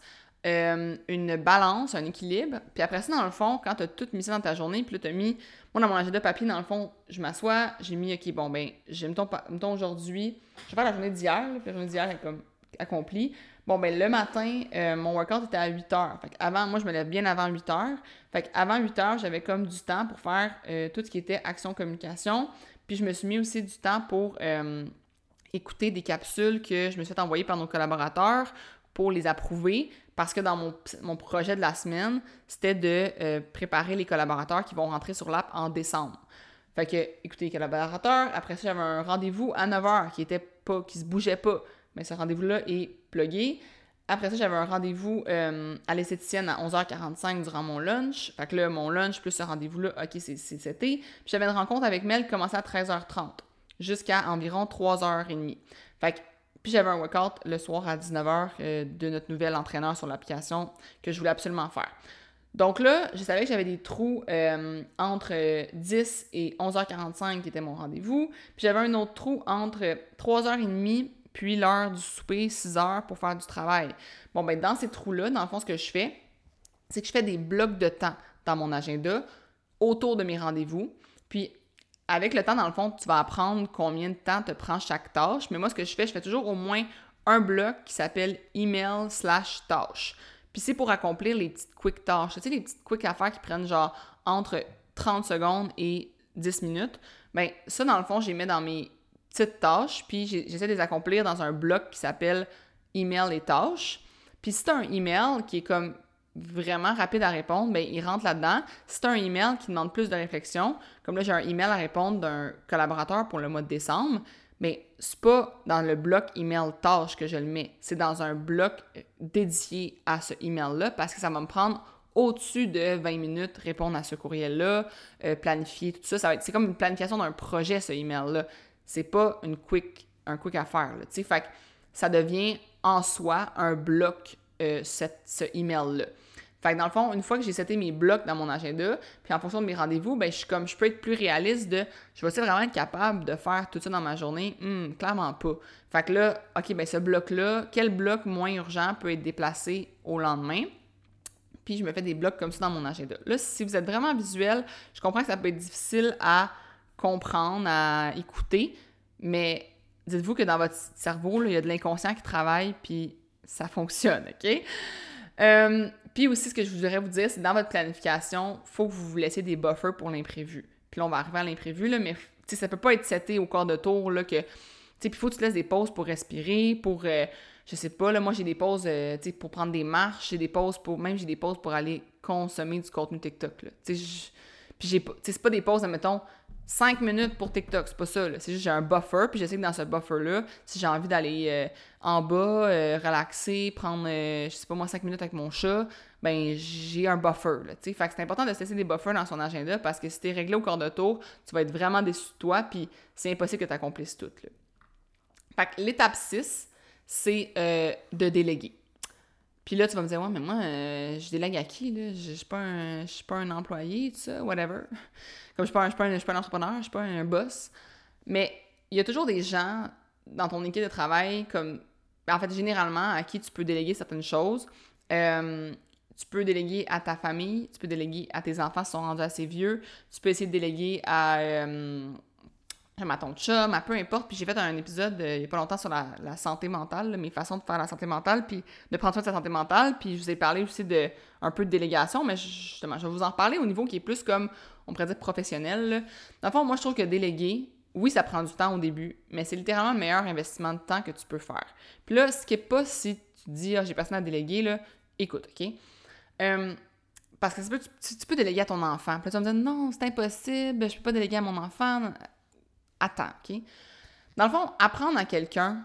A: une balance, un équilibre. Puis après ça, dans le fond, quand tu as tout mis ça dans ta journée, puis là, tu as mis... Moi, dans mon agenda papier, dans le fond, je m'assois, j'ai mis, OK, bon, ben, mettons aujourd'hui, je vais faire la journée d'hier, là, puis la journée d'hier est comme accomplie. Bon, ben, le matin, mon workout était à 8 heures. Fait qu'avant, moi, je me lève bien avant 8 heures. Fait qu'avant 8 heures, j'avais comme du temps pour faire tout ce qui était action-communication. Puis je me suis mis aussi du temps pour écouter des capsules que je me suis fait envoyer par nos collaborateurs pour les approuver, parce que dans mon projet de la semaine, c'était de préparer les collaborateurs qui vont rentrer sur l'app en décembre. Fait que, écoutez les collaborateurs, après ça, j'avais un rendez-vous à 9h qui se bougeait pas, mais ce rendez-vous-là est plugué. Après ça, j'avais un rendez-vous à l'esthéticienne à 11h45 durant mon lunch. Fait que là, mon lunch plus ce rendez-vous-là, OK, c'est c'était. Puis j'avais une rencontre avec Mel qui commençait à 13h30 jusqu'à environ 3h30. Fait que puis j'avais un workout le soir à 19h de notre nouvel entraîneur sur l'application que je voulais absolument faire. Donc là, je savais que j'avais des trous entre 10 et 11h45 qui était mon rendez-vous. Puis j'avais un autre trou entre 3h30 puis l'heure du souper, 6h pour faire du travail. Bon, ben dans ces trous-là, dans le fond, ce que je fais, c'est que je fais des blocs de temps dans mon agenda autour de mes rendez-vous. Puis avec le temps, dans le fond, tu vas apprendre combien de temps te prend chaque tâche. Mais moi, ce que je fais toujours au moins un bloc qui s'appelle email/tâche. Puis c'est pour accomplir les petites quick tâches. Tu sais, les petites quick affaires qui prennent genre entre 30 secondes et 10 minutes. Bien, ça, dans le fond, je les mets dans mes petites tâches. Puis j'essaie de les accomplir dans un bloc qui s'appelle email et tâches. Puis si tu as un email qui est comme vraiment rapide à répondre, bien, il rentre là-dedans. Si tu as un email qui demande plus de réflexion, comme là, j'ai un email à répondre d'un collaborateur pour le mois de décembre, mais c'est pas dans le bloc email tâche que je le mets. C'est dans un bloc dédié à ce email-là parce que ça va me prendre au-dessus de 20 minutes répondre à ce courriel-là, planifier tout ça. C'est comme une planification d'un projet, ce email-là. C'est pas un quick affaire, là, tu sais. Fait que ça devient en soi un bloc, ce email-là. Fait que dans le fond, une fois que j'ai seté mes blocs dans mon agenda, puis en fonction de mes rendez-vous, ben je peux être plus réaliste de je vais-tu vraiment être capable de faire tout ça dans ma journée? Clairement pas. Fait que là, OK, ben ce bloc-là, quel bloc moins urgent peut être déplacé au lendemain? Puis je me fais des blocs comme ça dans mon agenda. Là, si vous êtes vraiment visuel, je comprends que ça peut être difficile à comprendre, à écouter, mais dites-vous que dans votre cerveau, là, il y a de l'inconscient qui travaille, puis ça fonctionne, OK? Puis aussi, ce que je voudrais vous dire, c'est dans votre planification, il faut que vous vous laissiez des buffers pour l'imprévu. Puis là, on va arriver à l'imprévu, là, mais ça peut pas être seté au quart de tour, là, que... Puis il faut que tu te laisses des pauses pour respirer, pour... je sais pas, là, moi, j'ai des pauses, pour prendre des marches, j'ai des pauses pour aller consommer du contenu TikTok, là. Puis c'est pas des pauses, admettons, 5 minutes pour TikTok, c'est pas ça, là. C'est juste j'ai un buffer, puis je sais que dans ce buffer-là, si j'ai envie d'aller en bas, relaxer, prendre, je sais pas moi, 5 minutes avec mon chat, ben j'ai un buffer, là, tu sais. Fait que c'est important de se laisser des buffers dans son agenda, parce que si t'es réglé au quart de tour, tu vas être vraiment déçu de toi, puis c'est impossible que tu accomplisses tout, là. Fait que l'étape 6, c'est de déléguer. Puis là, tu vas me dire, ouais, mais moi, je délègue à qui, là? Je suis pas un employé, tout ça, whatever. Comme je suis pas un entrepreneur, je suis pas un boss. Mais il y a toujours des gens dans ton équipe de travail, comme, en fait, généralement, à qui tu peux déléguer certaines choses. Tu peux déléguer à ta famille, tu peux déléguer à tes enfants qui sont rendus assez vieux, tu peux essayer de déléguer à ton chum, à peu importe. Puis j'ai fait un épisode il y a pas longtemps sur la santé mentale, là, mes façons de faire la santé mentale, puis de prendre soin de sa santé mentale. Puis je vous ai parlé aussi de un peu de délégation, mais justement, je vais vous en reparler au niveau qui est plus comme, on pourrait dire, professionnel, là. Dans le fond, moi, je trouve que déléguer, oui, ça prend du temps au début, mais c'est littéralement le meilleur investissement de temps que tu peux faire. Puis là, ce qui est pas si tu te dis, j'ai personne à déléguer, là, écoute, OK? Parce que tu peux déléguer à ton enfant. Puis là, tu vas me dire, non, c'est impossible, je peux pas déléguer à mon enfant. Attends, OK? Dans le fond, apprendre à quelqu'un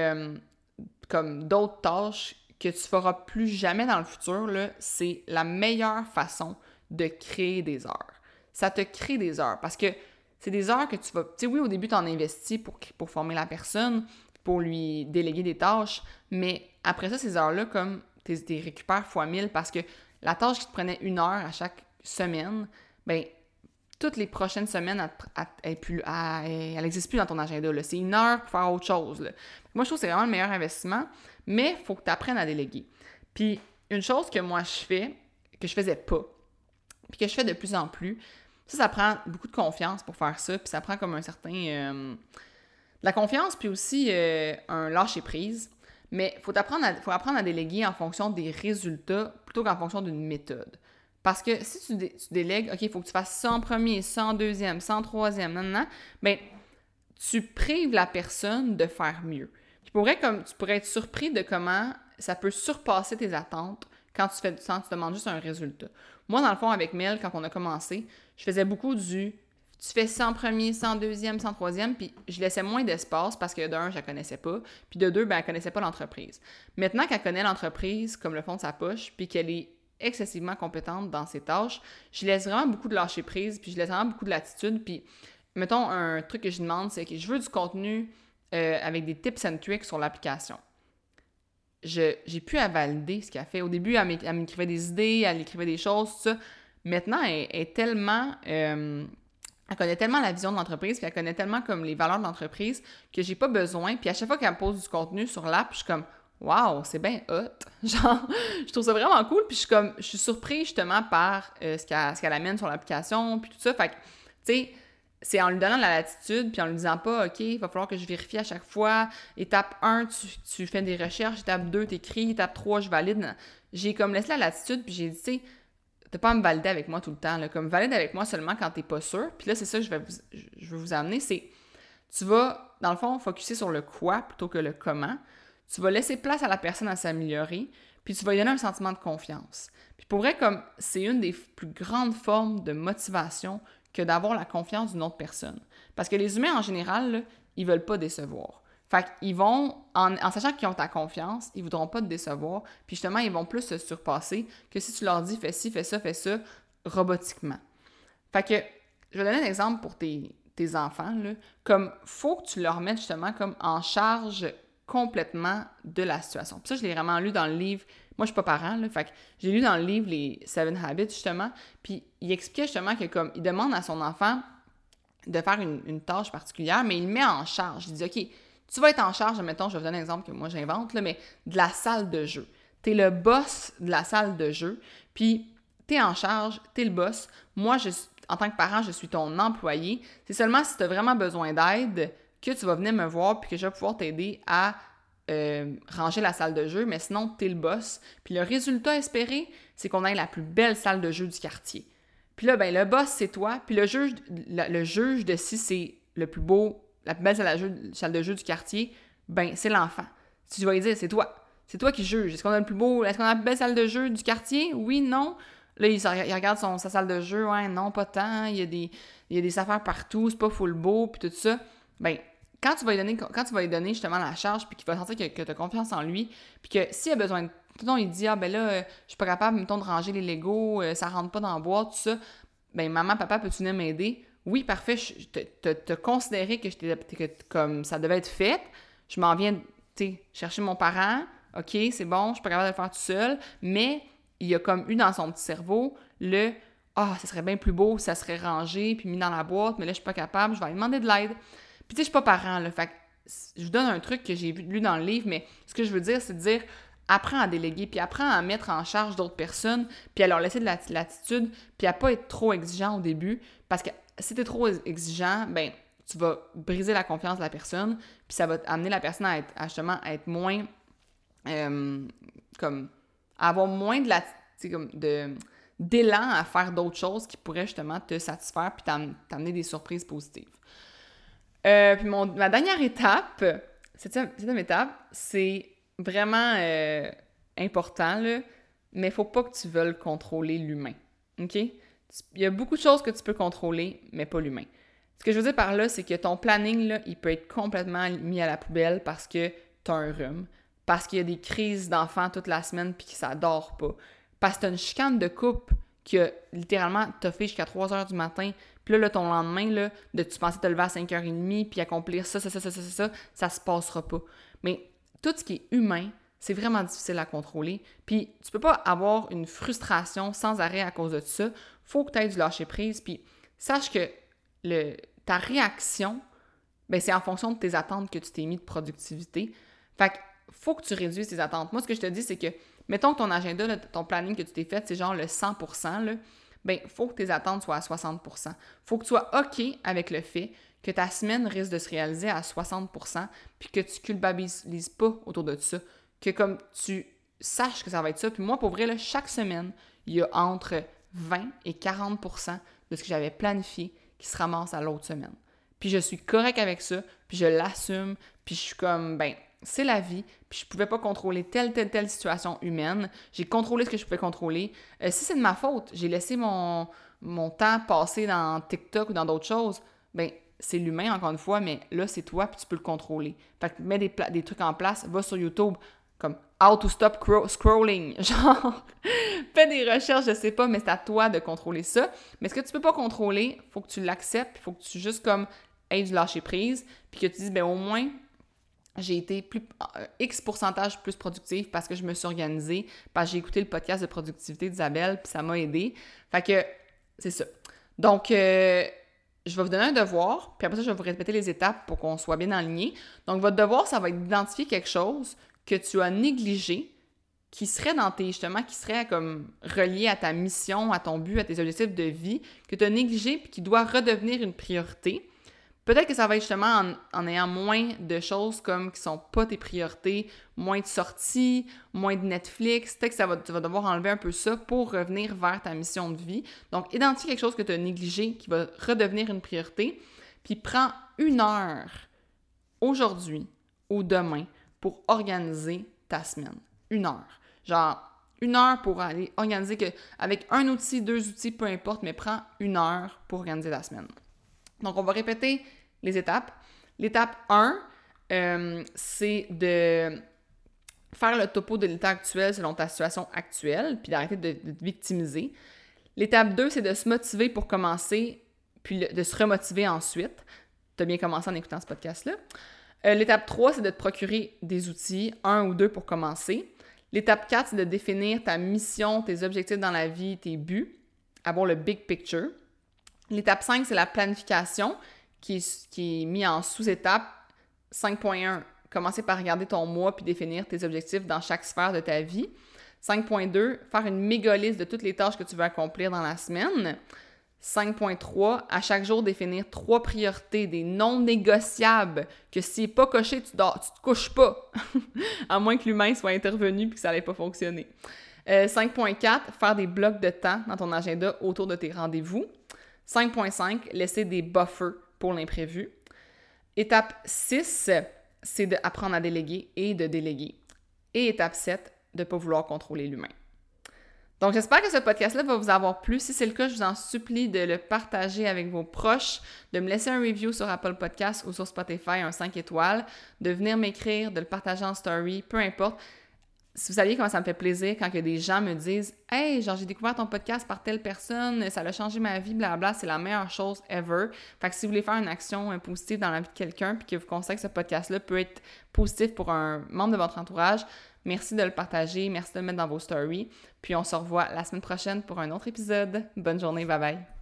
A: comme d'autres tâches que tu feras plus jamais dans le futur, là, c'est la meilleure façon de créer des heures. Ça te crée des heures parce que c'est des heures que tu vas... Tu sais, oui, au début, tu en investis pour former la personne, pour lui déléguer des tâches, mais après ça, ces heures-là, comme tu les récupères fois 1000 parce que la tâche qui te prenait 1 heure à chaque semaine, ben toutes les prochaines semaines, elle n'existe plus dans ton agenda, là. C'est 1 heure pour faire autre chose, là. Moi, je trouve que c'est vraiment le meilleur investissement, mais il faut que tu apprennes à déléguer. Puis, une chose que moi, je fais, que je faisais pas, puis que je fais de plus en plus, ça prend beaucoup de confiance pour faire ça, puis ça prend comme un certain... de la confiance, puis aussi un lâcher-prise. Mais faut apprendre à déléguer en fonction des résultats plutôt qu'en fonction d'une méthode. Parce que si tu délègues, OK, il faut que tu fasses ça en premier, ça en deuxième, ça en troisième, bien, tu prives la personne de faire mieux. Puis tu pourrais être surpris de comment ça peut surpasser tes attentes quand tu demandes juste un résultat. Moi, dans le fond, avec Mel, quand on a commencé, je faisais beaucoup tu fais ça en premier, ça en deuxième, ça en troisième, puis je laissais moins d'espace parce que d'un, je la connaissais pas, puis de deux, elle connaissait pas l'entreprise. Maintenant qu'elle connaît l'entreprise comme le fond de sa poche, puis qu'elle est excessivement compétente dans ses tâches, je laisse vraiment beaucoup de lâcher prise, puis je laisse vraiment beaucoup de latitude, puis mettons, un truc que je demande, c'est que je veux du contenu avec des tips and tricks sur l'application. J'ai plus à valider ce qu'elle fait. Au début, elle m'écrivait des idées, elle écrivait des choses, tout ça. Maintenant, elle est tellement... elle connaît tellement la vision de l'entreprise, puis elle connaît tellement comme les valeurs de l'entreprise que j'ai pas besoin. Puis à chaque fois qu'elle me pose du contenu sur l'app, je suis comme « Wow, c'est bien hot! » Genre, je trouve ça vraiment cool, puis je suis surprise justement par ce qu'elle amène sur l'application, puis tout ça. Fait que, tu sais, c'est en lui donnant de la latitude, puis en lui disant pas « OK, il va falloir que je vérifie à chaque fois. Étape 1, tu fais des recherches. Étape 2, t'écris. Étape 3, je valide. » J'ai comme laissé la latitude, puis j'ai dit « Tu sais, t'as pas à me valider avec moi tout le temps, là. Comme valide avec moi seulement quand t'es pas sûr. » Puis là, c'est ça que je veux vous amener, c'est tu vas, dans le fond, focusser sur le quoi plutôt que le comment. Tu vas laisser place à la personne à s'améliorer, puis tu vas lui donner un sentiment de confiance. Puis pour vrai, comme c'est une des plus grandes formes de motivation que d'avoir la confiance d'une autre personne. Parce que les humains, en général, là, ils veulent pas décevoir. Fait qu'ils vont, en sachant qu'ils ont ta confiance, ils voudront pas te décevoir, puis justement, ils vont plus se surpasser que si tu leur dis « fais ci, fais ça », robotiquement. Fait que, je vais donner un exemple pour tes enfants, là. Comme, faut que tu leur mettes justement comme en charge complètement de la situation. Puis ça, je l'ai vraiment lu dans le livre. Moi, je suis pas parent, là, fait que j'ai lu dans le livre les 7 Habits, justement, puis il expliquait justement que comme il demande à son enfant de faire une tâche particulière, mais il le met en charge. Il dit, OK, tu vas être en charge, admettons, je vais vous donner un exemple que moi j'invente, là, mais de la salle de jeu. T'es le boss de la salle de jeu, puis t'es en charge, t'es le boss. Moi, en tant que parent, je suis ton employé. C'est seulement si tu as vraiment besoin d'aide que tu vas venir me voir puis que je vais pouvoir t'aider à ranger la salle de jeu, mais sinon, t'es le boss. Puis le résultat espéré, c'est qu'on ait la plus belle salle de jeu du quartier. Puis là, ben le boss, c'est toi, puis le juge de si c'est la plus belle salle de jeu du quartier, ben c'est l'enfant. Si tu vas lui dire, c'est toi. C'est toi qui juge. Est-ce qu'on a la plus belle salle de jeu du quartier? Oui, non. Là, il regarde sa salle de jeu. Ouais, non, pas tant. Il y a des affaires partout. C'est pas full beau, puis tout ça. Ben, quand tu vas lui donner justement la charge, puis qu'il va sentir que tu as confiance en lui, puis que s'il a besoin de... Mettons, il dit, ah ben là, je suis pas capable, mettons, de ranger les Legos, ça rentre pas dans la boîte, tout ça. Ben, maman, papa, peux-tu venir m'aider? Oui, parfait, t'as considéré que comme ça devait être fait. Je m'en viens, chercher mon parent. OK, c'est bon, je suis pas capable de le faire tout seul, mais il y a comme eu dans son petit cerveau ça serait bien plus beau, ça serait rangé puis mis dans la boîte, mais là, je suis pas capable, je vais aller demander de l'aide. Puis tu sais, je suis pas parent, là, fait que je vous donne un truc que j'ai lu dans le livre, mais ce que je veux dire, c'est de dire, apprends à déléguer, puis apprends à mettre en charge d'autres personnes, puis à leur laisser de la latitude, puis à pas être trop exigeant au début, parce que si t'es trop exigeant, ben tu vas briser la confiance de la personne, puis ça va amener la personne à être moins... comme avoir moins d'élan à faire d'autres choses qui pourraient justement te satisfaire puis t'amener des surprises positives. Puis ma dernière étape, septième étape, c'est vraiment important, là, mais il faut pas que tu veuilles contrôler l'humain. OK? Il y a beaucoup de choses que tu peux contrôler, mais pas l'humain. Ce que je veux dire par là, c'est que ton planning, là, il peut être complètement mis à la poubelle parce que tu as un rhume, parce qu'il y a des crises d'enfants toute la semaine puis que ça dort pas, parce que tu as une chicane de couple qui a littéralement toffé jusqu'à 3 heures du matin, puis là, ton lendemain, là, tu pensais te lever à 5h30 puis accomplir ça se passera pas. Mais tout ce qui est humain, c'est vraiment difficile à contrôler. Puis tu peux pas avoir une frustration sans arrêt à cause de ça. Faut que tu aies du lâcher-prise, puis sache que ta réaction, ben c'est en fonction de tes attentes que tu t'es mis de productivité. Fait que faut que tu réduises tes attentes. Moi, ce que je te dis, c'est que, mettons que ton agenda, là, ton planning que tu t'es fait, c'est genre le 100%, là, ben faut que tes attentes soient à 60%. Faut que tu sois OK avec le fait que ta semaine risque de se réaliser à 60%, puis que tu culpabilises pas autour de ça, que comme tu saches que ça va être ça. Puis moi, pour vrai, là, chaque semaine, il y a entre 20 et 40% de ce que j'avais planifié qui se ramasse à l'autre semaine. Puis je suis correcte avec ça, puis je l'assume, puis je suis comme, ben, c'est la vie, puis je pouvais pas contrôler telle situation humaine. J'ai contrôlé ce que je pouvais contrôler. Si c'est de ma faute, j'ai laissé mon temps passer dans TikTok ou dans d'autres choses, ben, c'est l'humain, encore une fois, mais là, c'est toi, puis tu peux le contrôler. Fait que mets des trucs en place, va sur YouTube, comme « How to stop scrolling », genre, fais des recherches, je sais pas, mais c'est à toi de contrôler ça. Mais ce que tu peux pas contrôler, faut que tu l'acceptes, puis faut que tu juste comme aies du lâcher-prise, puis que tu dises « Ben au moins, j'ai été X pourcentage plus productive parce que je me suis organisée, parce que j'ai écouté le podcast de productivité d'Isabelle, puis ça m'a aidé. » Fait que, c'est ça. Donc, je vais vous donner un devoir, puis après ça, je vais vous répéter les étapes pour qu'on soit bien aligné. Donc, votre devoir, ça va être d'identifier quelque chose que tu as négligé, qui serait qui serait comme relié à ta mission, à ton but, à tes objectifs de vie, que tu as négligé puis qui doit redevenir une priorité. Peut-être que ça va être justement en ayant moins de choses comme qui sont pas tes priorités, moins de sorties, moins de Netflix. Peut-être que tu vas devoir enlever un peu ça pour revenir vers ta mission de vie. Donc, identifie quelque chose que tu as négligé qui va redevenir une priorité, puis prends 1 heure aujourd'hui ou demain pour organiser ta semaine. 1 heure. Genre, 1 heure pour aller organiser avec un outil, 2 outils, peu importe, mais prends 1 heure pour organiser ta semaine. Donc, on va répéter les étapes. L'étape 1, c'est de faire le topo de l'état actuel selon ta situation actuelle, puis d'arrêter de te victimiser. L'étape 2, c'est de se motiver pour commencer, puis de se remotiver ensuite. Tu as bien commencé en écoutant ce podcast-là. L'étape 3, c'est de te procurer des outils, 1 ou 2 pour commencer. L'étape 4, c'est de définir ta mission, tes objectifs dans la vie, tes buts, avoir le big picture. L'étape 5, c'est la planification qui est mise en sous-étape. 5.1, commencer par regarder ton mois puis définir tes objectifs dans chaque sphère de ta vie. 5.2, faire une méga liste de toutes les tâches que tu veux accomplir dans la semaine. 5.3, à chaque jour, définir 3 priorités, des non négociables, que s'il n'est pas coché, tu te couches pas, à moins que l'humain soit intervenu et que ça n'allait pas fonctionner. 5.4, faire des blocs de temps dans ton agenda autour de tes rendez-vous. 5.5, laisser des buffers pour l'imprévu. Étape 6, c'est d'apprendre à déléguer et de déléguer. Et étape 7, de ne pas vouloir contrôler l'humain. Donc, j'espère que ce podcast-là va vous avoir plu. Si c'est le cas, je vous en supplie de le partager avec vos proches, de me laisser un review sur Apple Podcasts ou sur Spotify, un 5 étoiles, de venir m'écrire, de le partager en story, peu importe. Si vous saviez comment ça me fait plaisir quand que des gens me disent « Hey, genre j'ai découvert ton podcast par telle personne, ça a changé ma vie, blablabla, c'est la meilleure chose ever. » Fait que si vous voulez faire une action positive dans la vie de quelqu'un puis que vous considérez que ce podcast-là peut être positif pour un membre de votre entourage, merci de le partager, merci de le mettre dans vos stories. Puis on se revoit la semaine prochaine pour un autre épisode. Bonne journée, bye bye!